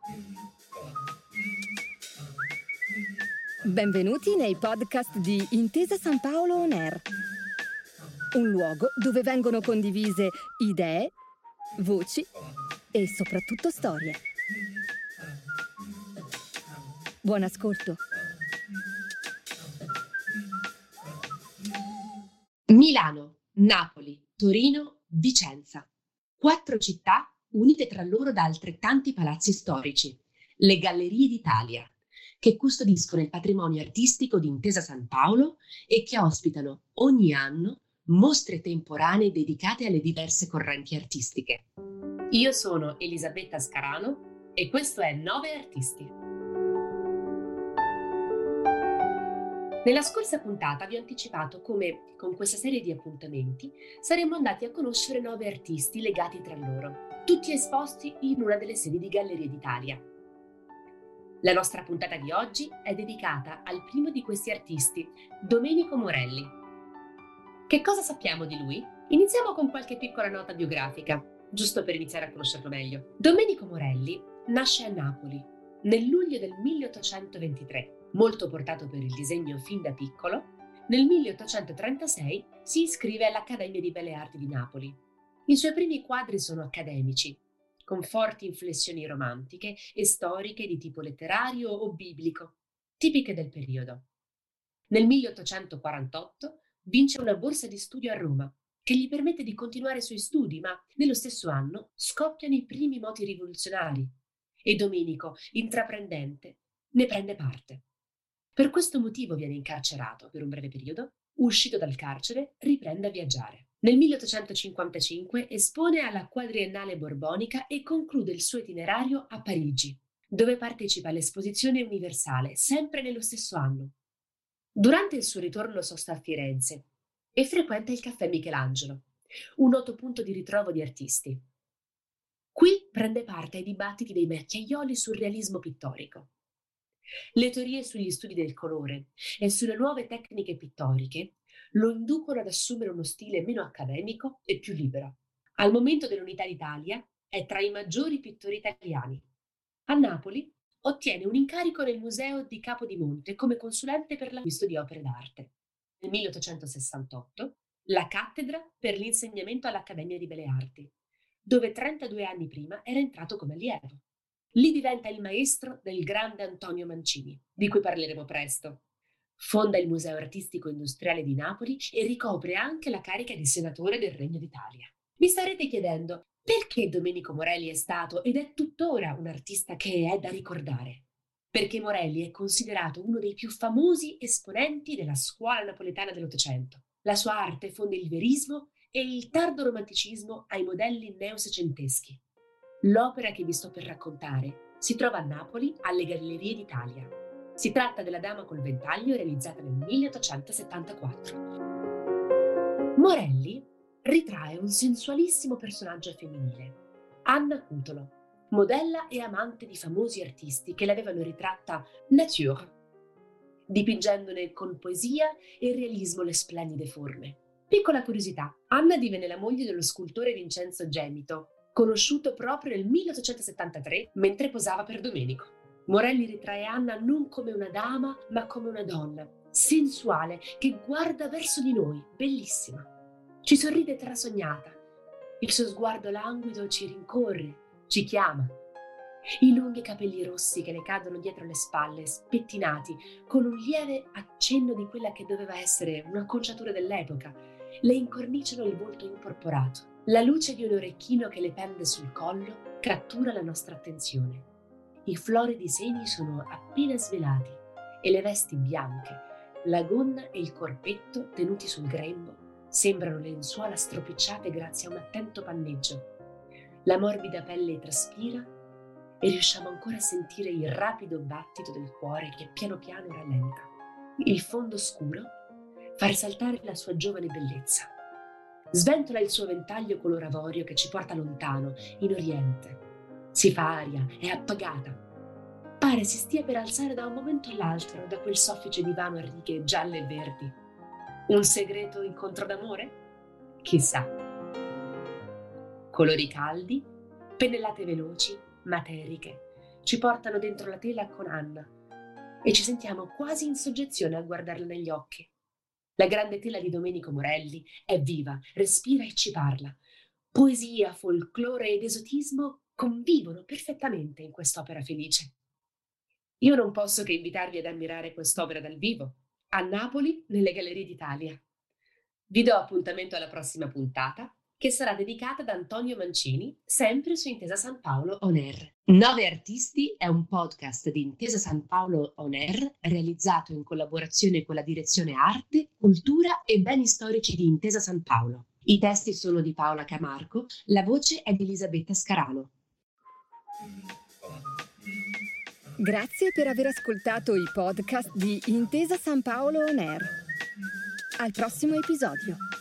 Benvenuti nei podcast di Intesa San Paolo On Air, un luogo dove vengono condivise idee, voci e soprattutto storie. Buon ascolto. Milano, Napoli, Torino, Vicenza. 4 città unite tra loro da altrettanti palazzi storici, le Gallerie d'Italia, che custodiscono il patrimonio artistico di Intesa San Paolo e che ospitano ogni anno mostre temporanee dedicate alle diverse correnti artistiche. Io sono Elisabetta Scarano e questo è 9 Artisti. Nella scorsa puntata vi ho anticipato come, con questa serie di appuntamenti, saremmo andati a conoscere 9 artisti legati tra loro, tutti esposti in una delle sedi di Gallerie d'Italia. La nostra puntata di oggi è dedicata al primo di questi artisti, Domenico Morelli. Che cosa sappiamo di lui? Iniziamo con qualche piccola nota biografica, giusto per iniziare a conoscerlo meglio. Domenico Morelli nasce a Napoli nel luglio del 1823. Molto portato per il disegno fin da piccolo, nel 1836 si iscrive all'Accademia di Belle Arti di Napoli. I suoi primi quadri sono accademici, con forti inflessioni romantiche e storiche di tipo letterario o biblico, tipiche del periodo. Nel 1848 vince una borsa di studio a Roma, che gli permette di continuare i suoi studi, ma nello stesso anno scoppiano i primi moti rivoluzionari e Domenico, intraprendente, ne prende parte. Per questo motivo viene incarcerato per un breve periodo, uscito dal carcere riprende a viaggiare. Nel 1855 espone alla Quadriennale Borbonica e conclude il suo itinerario a Parigi, dove partecipa all'Esposizione Universale, sempre nello stesso anno. Durante il suo ritorno sosta a Firenze e frequenta il Caffè Michelangelo, un noto punto di ritrovo di artisti. Qui prende parte ai dibattiti dei macchiaioli sul realismo pittorico. Le teorie sugli studi del colore e sulle nuove tecniche pittoriche lo inducono ad assumere uno stile meno accademico e più libero. Al momento dell'Unità d'Italia è tra i maggiori pittori italiani. A Napoli ottiene un incarico nel Museo di Capodimonte come consulente per l'acquisto di opere d'arte. Nel 1868 la cattedra per l'insegnamento all'Accademia di Belle Arti, dove 32 anni prima era entrato come allievo. Lì diventa il maestro del grande Antonio Mancini, di cui parleremo presto. Fonda il Museo Artistico Industriale di Napoli e ricopre anche la carica di senatore del Regno d'Italia. Vi starete chiedendo perché Domenico Morelli è stato ed è tuttora un artista che è da ricordare? Perché Morelli è considerato uno dei più famosi esponenti della scuola napoletana dell'Ottocento. La sua arte fonde il verismo e il tardo romanticismo ai modelli neosecenteschi. L'opera che vi sto per raccontare si trova a Napoli alle Gallerie d'Italia. Si tratta della Dama col ventaglio realizzata nel 1874. Morelli ritrae un sensualissimo personaggio femminile, Anna Cutolo, modella e amante di famosi artisti che l'avevano ritratta nature, dipingendone con poesia e realismo le splendide forme. Piccola curiosità, Anna divenne la moglie dello scultore Vincenzo Gemito, conosciuto proprio nel 1873 mentre posava per Domenico. Morelli ritrae Anna non come una dama, ma come una donna, sensuale, che guarda verso di noi, bellissima. Ci sorride trasognata. Il suo sguardo languido ci rincorre, ci chiama. I lunghi capelli rossi che le cadono dietro le spalle, spettinati, con un lieve accenno di quella che doveva essere un'acconciatura dell'epoca, le incorniciano il volto imporporato. La luce di un orecchino che le pende sul collo cattura la nostra attenzione. I floridi seni sono appena svelati e le vesti bianche, la gonna e il corpetto tenuti sul grembo sembrano lenzuola stropicciate grazie a un attento panneggio. La morbida pelle traspira e riusciamo ancora a sentire il rapido battito del cuore che piano piano rallenta. Il fondo scuro fa risaltare la sua giovane bellezza. Sventola il suo ventaglio color avorio che ci porta lontano, in Oriente. Si fa aria, è appagata. Pare si stia per alzare da un momento all'altro da quel soffice divano a righe gialle e verdi. Un segreto incontro d'amore? Chissà. Colori caldi, pennellate veloci, materiche, Ci portano dentro la tela con Anna e ci sentiamo quasi in soggezione a guardarla negli occhi. La grande tela di Domenico Morelli è viva, respira e ci parla. Poesia, folklore ed esotismo convivono perfettamente in quest'opera felice. Io non posso che invitarvi ad ammirare quest'opera dal vivo, a Napoli, nelle Gallerie d'Italia. Vi do appuntamento alla prossima puntata, che sarà dedicata ad Antonio Mancini, sempre su Intesa San Paolo On Air. Nove Artisti è un podcast di Intesa San Paolo On Air realizzato in collaborazione con la Direzione Arte, Cultura e Beni Storici di Intesa San Paolo. I testi sono di Paola Camarco, la voce è di Elisabetta Scarano. Grazie per aver ascoltato i podcast di Intesa San Paolo On Air. Al prossimo episodio.